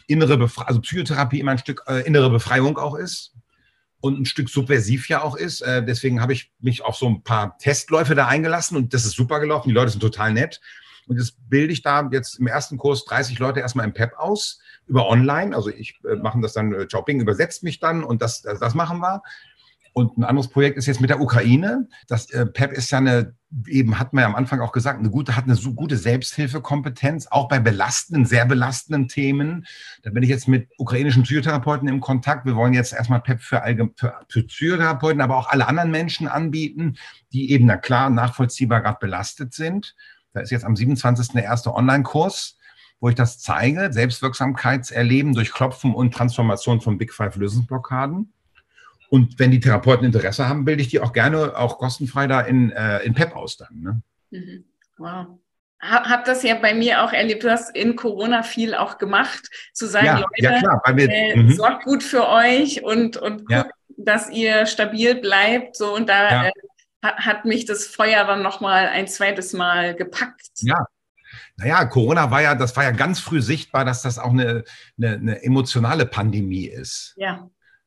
also Psychotherapie immer ein Stück innere Befreiung auch ist und ein Stück subversiv ja auch ist. Deswegen habe ich mich auf so ein paar Testläufe da eingelassen und das ist super gelaufen. Die Leute sind total nett. Und jetzt bilde ich da jetzt im ersten Kurs 30 Leute erstmal im PEP aus, über online. Also ich mache das dann, Xiaoping übersetzt mich dann und das machen wir. Und ein anderes Projekt ist jetzt mit der Ukraine. Das PEP ist ja hat man ja am Anfang auch gesagt, hat eine so gute Selbsthilfekompetenz, auch bei sehr belastenden Themen. Da bin ich jetzt mit ukrainischen Psychotherapeuten im Kontakt. Wir wollen jetzt erstmal PEP für Psychotherapeuten, aber auch alle anderen Menschen anbieten, die eben, na klar, nachvollziehbar gerade belastet sind. Da ist jetzt am 27. der erste Online-Kurs, wo ich das zeige, Selbstwirksamkeitserleben durch Klopfen und Transformation von Big Five Lösungsblockaden. Und wenn die Therapeuten Interesse haben, bilde ich die auch gerne, auch kostenfrei da in PEP aus dann. Ne? Mhm. Wow. Hab das ja bei mir auch erlebt. Du hast in Corona viel auch gemacht, zu sagen, ja, Leute, ja, klar, sorgt gut für euch und guckt, dass ihr stabil bleibt. So, und da hat mich das Feuer dann nochmal ein zweites Mal gepackt. Ja. Naja, Corona das war ja ganz früh sichtbar, dass das auch eine emotionale Pandemie ist. Ja.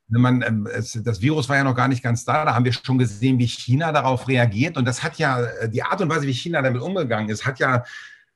Das Virus war ja noch gar nicht ganz da. Da haben wir schon gesehen, wie China darauf reagiert. Und das hat ja, die Art und Weise, wie China damit umgegangen ist, hat ja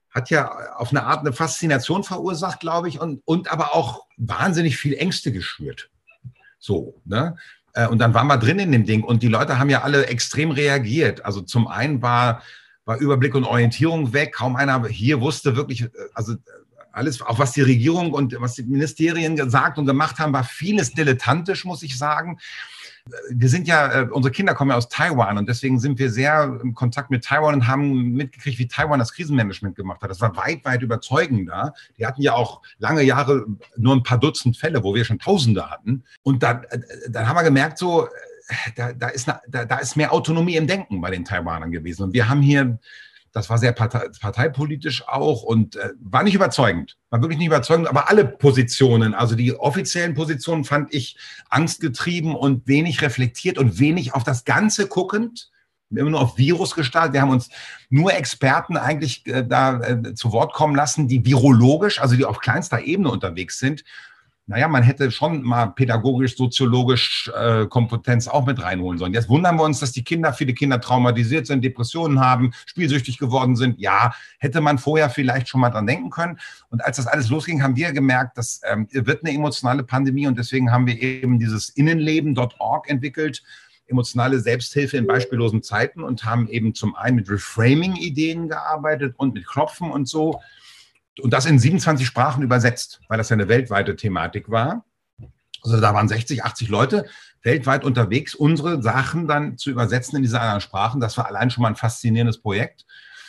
auf eine Art eine Faszination verursacht, glaube ich, und aber auch wahnsinnig viel Ängste geschürt. So, ne? Und dann waren wir drin in dem Ding und die Leute haben ja alle extrem reagiert. Also zum einen war Überblick und Orientierung weg. Kaum einer hier wusste wirklich, also alles, auch was die Regierung und was die Ministerien gesagt und gemacht haben, war vieles dilettantisch, muss ich sagen. Wir sind ja, unsere Kinder kommen ja aus Taiwan und deswegen sind wir sehr im Kontakt mit Taiwan und haben mitgekriegt, wie Taiwan das Krisenmanagement gemacht hat. Das war weit, weit überzeugender. Die hatten ja auch lange Jahre nur ein paar Dutzend Fälle, wo wir schon Tausende hatten. Und dann haben wir gemerkt, so, da ist mehr Autonomie im Denken bei den Taiwanern gewesen. Und wir haben hier, das war sehr parteipolitisch auch und war nicht überzeugend, war wirklich nicht überzeugend, aber alle Positionen, also die offiziellen Positionen fand ich angstgetrieben und wenig reflektiert und wenig auf das Ganze guckend, immer nur auf Virus gestartet. Wir haben uns nur Experten eigentlich zu Wort kommen lassen, die virologisch, also die auf kleinster Ebene unterwegs sind. Naja, man hätte schon mal pädagogisch, soziologisch Kompetenz auch mit reinholen sollen. Jetzt wundern wir uns, dass viele Kinder traumatisiert sind, Depressionen haben, spielsüchtig geworden sind. Ja, hätte man vorher vielleicht schon mal dran denken können. Und als das alles losging, haben wir gemerkt, das wird eine emotionale Pandemie und deswegen haben wir eben dieses Innenleben.org entwickelt, emotionale Selbsthilfe in beispiellosen Zeiten und haben eben zum einen mit Reframing-Ideen gearbeitet und mit Klopfen und so. Und das in 27 Sprachen übersetzt, weil das ja eine weltweite Thematik war. Also da waren 60, 80 Leute weltweit unterwegs, unsere Sachen dann zu übersetzen in diese anderen Sprachen. Das war allein schon mal ein faszinierendes Projekt.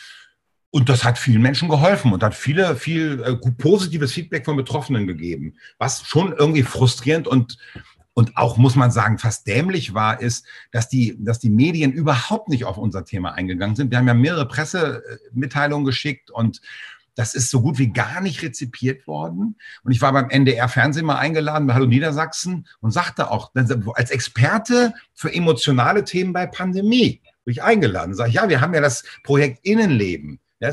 Und das hat vielen Menschen geholfen und hat viel positives Feedback von Betroffenen gegeben. Was schon irgendwie frustrierend und auch, muss man sagen, fast dämlich war, ist, dass die Medien überhaupt nicht auf unser Thema eingegangen sind. Wir haben ja mehrere Pressemitteilungen geschickt und Das ist so gut wie gar nicht rezipiert worden. Und ich war beim NDR-Fernsehen mal eingeladen bei Hallo Niedersachsen und sagte auch, als Experte für emotionale Themen bei Pandemie, bin ich eingeladen. Sage ich, ja, wir haben ja das Projekt Innenleben. Ja,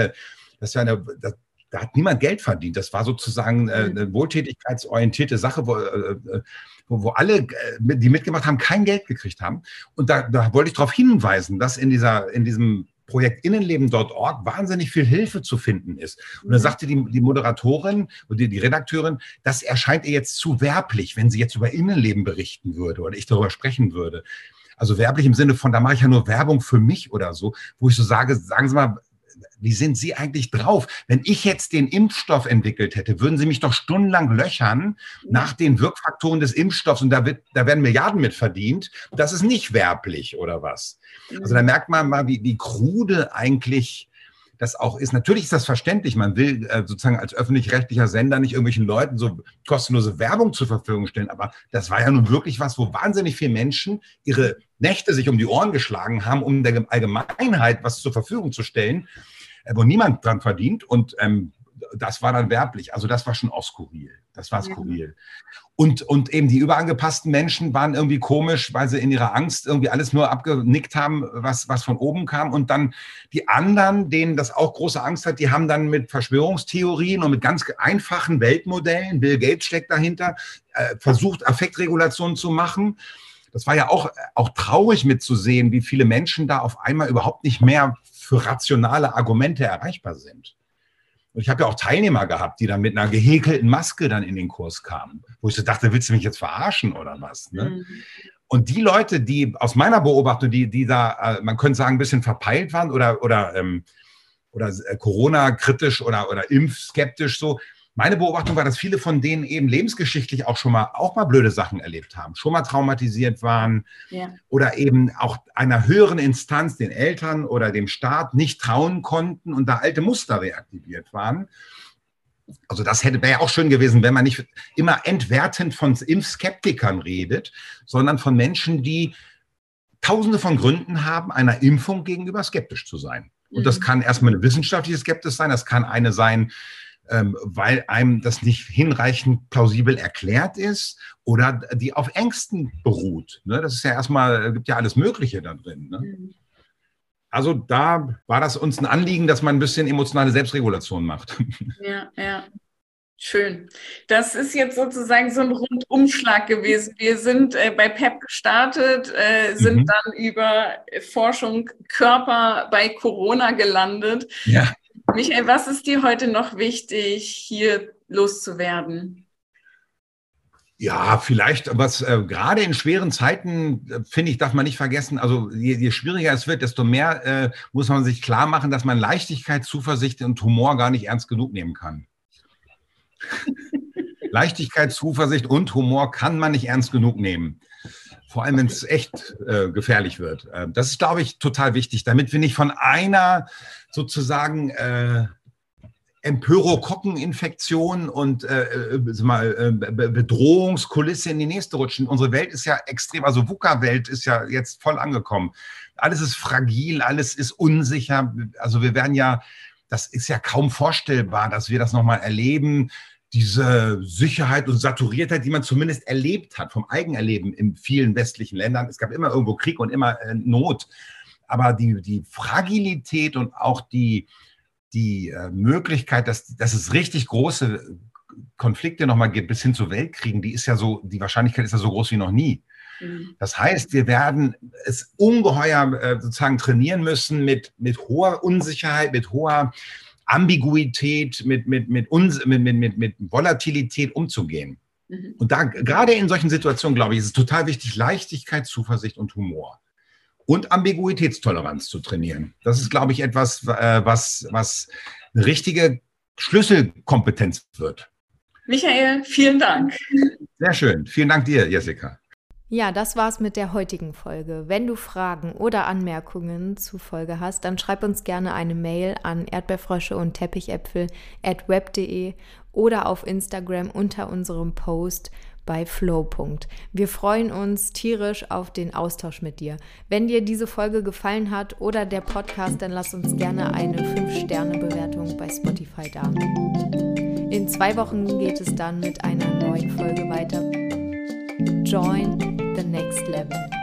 da hat niemand Geld verdient. Das war sozusagen eine wohltätigkeitsorientierte Sache, wo alle, die mitgemacht haben, kein Geld gekriegt haben. Und da wollte ich darauf hinweisen, dass in diesem Projekt Innenleben.org wahnsinnig viel Hilfe zu finden ist. Und dann sagte die Moderatorin und die Redakteurin, das erscheint ihr jetzt zu werblich, wenn sie jetzt über Innenleben berichten würde oder ich darüber sprechen würde. Also werblich im Sinne von, da mache ich ja nur Werbung für mich oder so, wo ich so sage, sagen Sie mal, wie sind Sie eigentlich drauf? Wenn ich jetzt den Impfstoff entwickelt hätte, würden Sie mich doch stundenlang löchern nach den Wirkfaktoren des Impfstoffs und da werden Milliarden mit verdient. Das ist nicht werblich oder was? Also da merkt man mal, wie krude eigentlich das auch ist. Natürlich ist das verständlich. Man will sozusagen als öffentlich-rechtlicher Sender nicht irgendwelchen Leuten so kostenlose Werbung zur Verfügung stellen. Aber das war ja nun wirklich was, wo wahnsinnig viele Menschen ihre Nächte sich um die Ohren geschlagen haben, um der Allgemeinheit was zur Verfügung zu stellen, wo niemand dran verdient. Und das war dann werblich. Also das war schon auch skurril. Das war skurril. Und eben die überangepassten Menschen waren irgendwie komisch, weil sie in ihrer Angst irgendwie alles nur abgenickt haben, was von oben kam. Und dann die anderen, denen das auch große Angst hat, die haben dann mit Verschwörungstheorien und mit ganz einfachen Weltmodellen, Bill Gates steckt dahinter, versucht, Affektregulationen zu machen. Das war ja auch traurig mitzusehen, wie viele Menschen da auf einmal überhaupt nicht mehr für rationale Argumente erreichbar sind. Und ich habe ja auch Teilnehmer gehabt, die dann mit einer gehäkelten Maske dann in den Kurs kamen, wo ich so dachte, willst du mich jetzt verarschen oder was? Ne? Und die Leute, die aus meiner Beobachtung, die da, man könnte sagen, ein bisschen verpeilt waren oder Corona-kritisch oder impfskeptisch so, meine Beobachtung war, dass viele von denen eben lebensgeschichtlich auch mal blöde Sachen erlebt haben, schon mal traumatisiert waren oder eben auch einer höheren Instanz, den Eltern oder dem Staat nicht trauen konnten und da alte Muster reaktiviert waren. Also das wäre ja auch schön gewesen, wenn man nicht immer entwertend von Impfskeptikern redet, sondern von Menschen, die Tausende von Gründen haben, einer Impfung gegenüber skeptisch zu sein. Und das kann erstmal eine wissenschaftliche Skepsis sein, das kann eine sein, weil einem das nicht hinreichend plausibel erklärt ist oder die auf Ängsten beruht. Ne? Das ist ja erstmal, gibt ja alles Mögliche da drin. Ne? Also da war das uns ein Anliegen, dass man ein bisschen emotionale Selbstregulation macht. Ja. Schön. Das ist jetzt sozusagen so ein Rundumschlag gewesen. Wir sind bei PEP gestartet, sind dann über Forschung Körper bei Corona gelandet. Ja. Michael, was ist dir heute noch wichtig, hier loszuwerden? Ja, vielleicht, was gerade in schweren Zeiten, finde ich, darf man nicht vergessen, also je schwieriger es wird, desto mehr muss man sich klar machen, dass man Leichtigkeit, Zuversicht und Humor gar nicht ernst genug nehmen kann. Leichtigkeit, Zuversicht und Humor kann man nicht ernst genug nehmen. Vor allem, wenn es echt gefährlich wird. Das ist, glaube ich, total wichtig, damit wir nicht von einer sozusagen Empörokokkeninfektion und Bedrohungskulisse in die nächste rutschen. Unsere Welt ist ja extrem, also VUCA-Welt ist ja jetzt voll angekommen. Alles ist fragil, alles ist unsicher. Also wir werden ja, das ist ja kaum vorstellbar, dass wir das nochmal erleben. Diese Sicherheit und Saturiertheit, die man zumindest erlebt hat, vom Eigenerleben in vielen westlichen Ländern. Es gab immer irgendwo Krieg und immer Not. Aber die Fragilität und auch die Möglichkeit, dass es richtig große Konflikte nochmal gibt, bis hin zu Weltkriegen, die Wahrscheinlichkeit ist ja so groß wie noch nie. Das heißt, wir werden es ungeheuer sozusagen trainieren müssen, mit hoher Unsicherheit, mit hoher Ambiguität, mit Volatilität umzugehen. Und da, gerade in solchen Situationen, glaube ich, ist es total wichtig, Leichtigkeit, Zuversicht und Humor und Ambiguitätstoleranz zu trainieren. Das ist, glaube ich, etwas, was eine richtige Schlüsselkompetenz wird. Michael, vielen Dank. Sehr schön. Vielen Dank dir, Jessica. Ja, das war's mit der heutigen Folge. Wenn du Fragen oder Anmerkungen zur Folge hast, dann schreib uns gerne eine Mail an erdbeerfrösche und teppichäpfel@web.de oder auf Instagram unter unserem Post bei Flow. Wir freuen uns tierisch auf den Austausch mit dir. Wenn dir diese Folge gefallen hat oder der Podcast, dann lass uns gerne eine 5-Sterne-Bewertung bei Spotify da. In 2 Wochen geht es dann mit einer neuen Folge weiter. Join the next level.